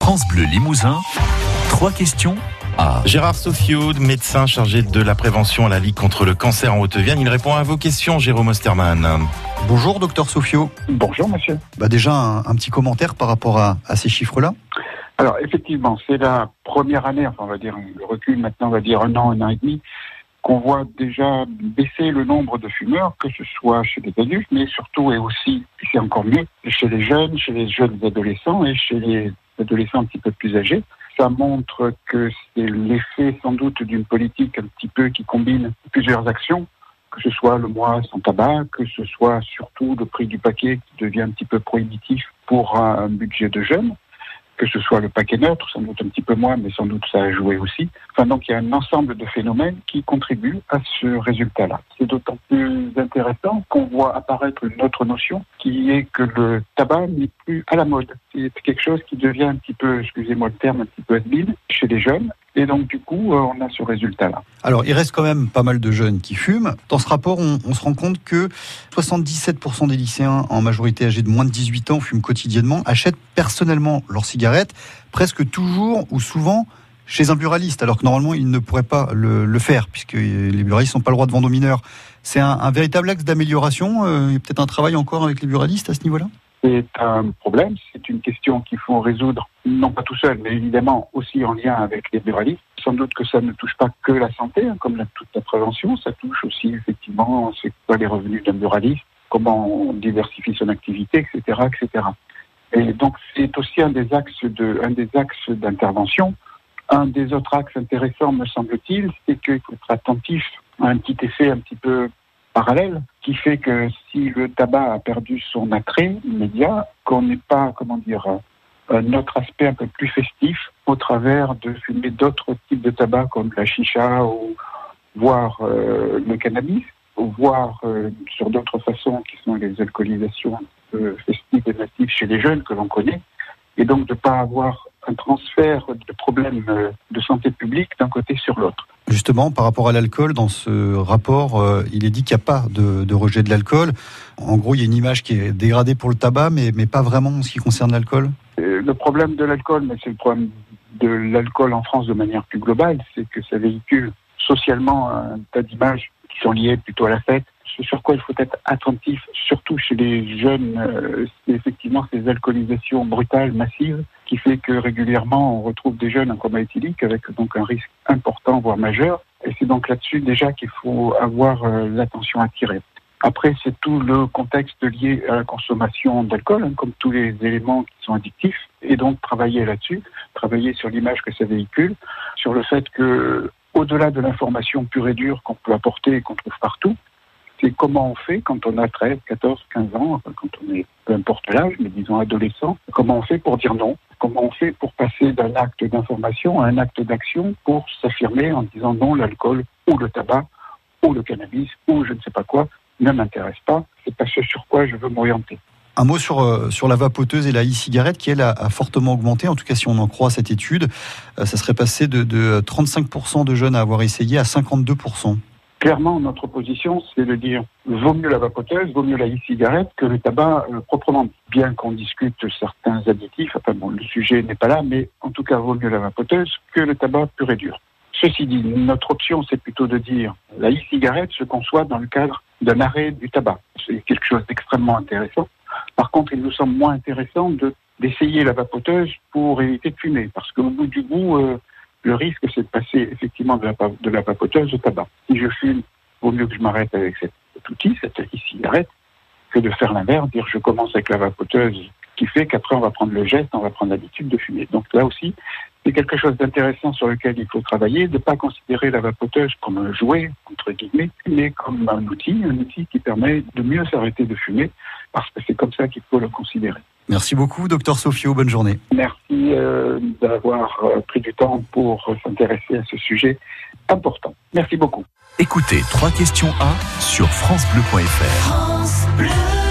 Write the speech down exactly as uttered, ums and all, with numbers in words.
France Bleu Limousin, trois questions à Gérard Sofiou, médecin chargé de la prévention à la Ligue contre le cancer en Haute-Vienne. Il répond à vos questions, Jérôme Osterman. Bonjour, docteur Sofiou. Bonjour, monsieur. Bah déjà, un, un petit commentaire par rapport à, à ces chiffres-là. Alors, effectivement, c'est la première année, enfin, on va dire, le recul maintenant, on va dire un an, un an et demi, qu'on voit déjà baisser le nombre de fumeurs, que ce soit chez les adultes, mais surtout et aussi, et c'est encore mieux, chez les jeunes, chez les jeunes adolescents et chez les adolescents un petit peu plus âgés. Ça montre que c'est l'effet sans doute d'une politique un petit peu qui combine plusieurs actions, que ce soit le mois sans tabac, que ce soit surtout le prix du paquet qui devient un petit peu prohibitif pour un budget de jeunes, que ce soit le paquet neutre, sans doute un petit peu moins, mais sans doute ça a joué aussi. Enfin, donc il y a un ensemble de phénomènes qui contribuent à ce résultat-là. C'est d'autant plus intéressant qu'on voit apparaître une autre notion qui est que le tabac n'est plus à la mode. C'est quelque chose qui devient un petit peu, excusez-moi le terme, un petit peu has-been chez les jeunes. Et donc, du coup, on a ce résultat-là. Alors, il reste quand même pas mal de jeunes qui fument. Dans ce rapport, on, on se rend compte que soixante-dix-sept pour cent des lycéens, en majorité âgés de moins de dix-huit ans, fument quotidiennement, achètent personnellement leurs cigarettes, presque toujours ou souvent chez un buraliste, alors que normalement, ils ne pourraient pas le, le faire, puisque les buralistes n'ont pas le droit de vendre aux mineurs. C'est un, un véritable axe d'amélioration. Euh, il y a peut-être un travail encore avec les buralistes à ce niveau-là ? C'est un problème, c'est une question qu'il faut résoudre, non pas tout seul, mais évidemment aussi en lien avec les buralistes. Sans doute que ça ne touche pas que la santé, hein, comme la, toute la prévention, ça touche aussi effectivement c'est quoi les revenus d'un buraliste, comment on diversifie son activité, et cetera, et cetera. Et donc c'est aussi un des axes de, un des axes d'intervention. Un des autres axes intéressants, me semble-t-il, c'est qu'il faut être attentif à un petit effet un petit peu parallèle, qui fait que si le tabac a perdu son attrait immédiat, qu'on n'ait pas, comment dire, un autre aspect un peu plus festif au travers de fumer d'autres types de tabac comme la chicha ou voire euh, le cannabis, ou voire euh, sur d'autres façons qui sont les alcoolisations euh, festives et natives chez les jeunes que l'on connaît, et donc de ne pas avoir un transfert de problèmes de santé publique d'un côté sur l'autre. Justement, par rapport à l'alcool, dans ce rapport, euh, il est dit qu'il n'y a pas de, de rejet de l'alcool. En gros, il y a une image qui est dégradée pour le tabac, mais, mais pas vraiment en ce qui concerne l'alcool. Euh, le problème de l'alcool, mais c'est le problème de l'alcool en France de manière plus globale, c'est que ça véhicule socialement un tas d'images qui sont liées plutôt à la fête. Ce sur quoi il faut être attentif, surtout chez les jeunes, euh, c'est effectivement ces alcoolisations brutales, massives, qui fait que régulièrement on retrouve des jeunes en coma éthylique avec donc un risque important, voire majeur. Et c'est donc là-dessus déjà qu'il faut avoir euh, l'attention attirée. Après, c'est tout le contexte lié à la consommation d'alcool, hein, comme tous les éléments qui sont addictifs, et donc travailler là-dessus, travailler sur l'image que ça véhicule, sur le fait que, au-delà de l'information pure et dure qu'on peut apporter et qu'on trouve partout, c'est comment on fait quand on a treize, quatorze, quinze ans, enfin quand on est, peu importe l'âge, mais disons adolescent, comment on fait pour dire non, comment on fait pour passer d'un acte d'information à un acte d'action pour s'affirmer en disant non, l'alcool ou le tabac ou le cannabis ou je ne sais pas quoi ne m'intéresse pas, c'est pas ce sur quoi je veux m'orienter. Un mot sur, euh, sur la vapoteuse et la e-cigarette qui, elle, a, a fortement augmenté. En tout cas, si on en croit cette étude, euh, ça serait passé de, de trente-cinq pour cent de jeunes à avoir essayé à cinquante-deux pour cent. Clairement, notre position, c'est de dire vaut mieux la vapoteuse, vaut mieux la e-cigarette que le tabac euh, proprement dit. Bien qu'on discute certains additifs, enfin bon, le sujet n'est pas là, mais en tout cas, vaut mieux la vapoteuse que le tabac pur et dur. Ceci dit, notre option, c'est plutôt de dire la e-cigarette se conçoit dans le cadre d'un arrêt du tabac. C'est quelque chose d'extrêmement intéressant. Par contre, il nous semble moins intéressant de, d'essayer la vapoteuse pour éviter de fumer, parce qu'au bout du bout, euh, le risque, c'est de passer effectivement de la, de la vapoteuse au tabac. Si je fume, il vaut mieux que je m'arrête avec cet outil, cette e-cigarette, que de faire l'inverse, dire je commence avec la vapoteuse, qui fait qu'après on va prendre le geste, on va prendre l'habitude de fumer. Donc là aussi, c'est quelque chose d'intéressant sur lequel il faut travailler, de ne pas considérer la vapoteuse comme un jouet, entre guillemets, mais comme un outil, un outil qui permet de mieux s'arrêter de fumer, parce que c'est comme ça qu'il faut le considérer. Merci beaucoup, docteur Sofiou. Bonne journée. Merci euh, d'avoir euh, pris du temps pour euh, s'intéresser à ce sujet important. Merci beaucoup. Écoutez trois questions à sur francebleu point fr. France Bleu.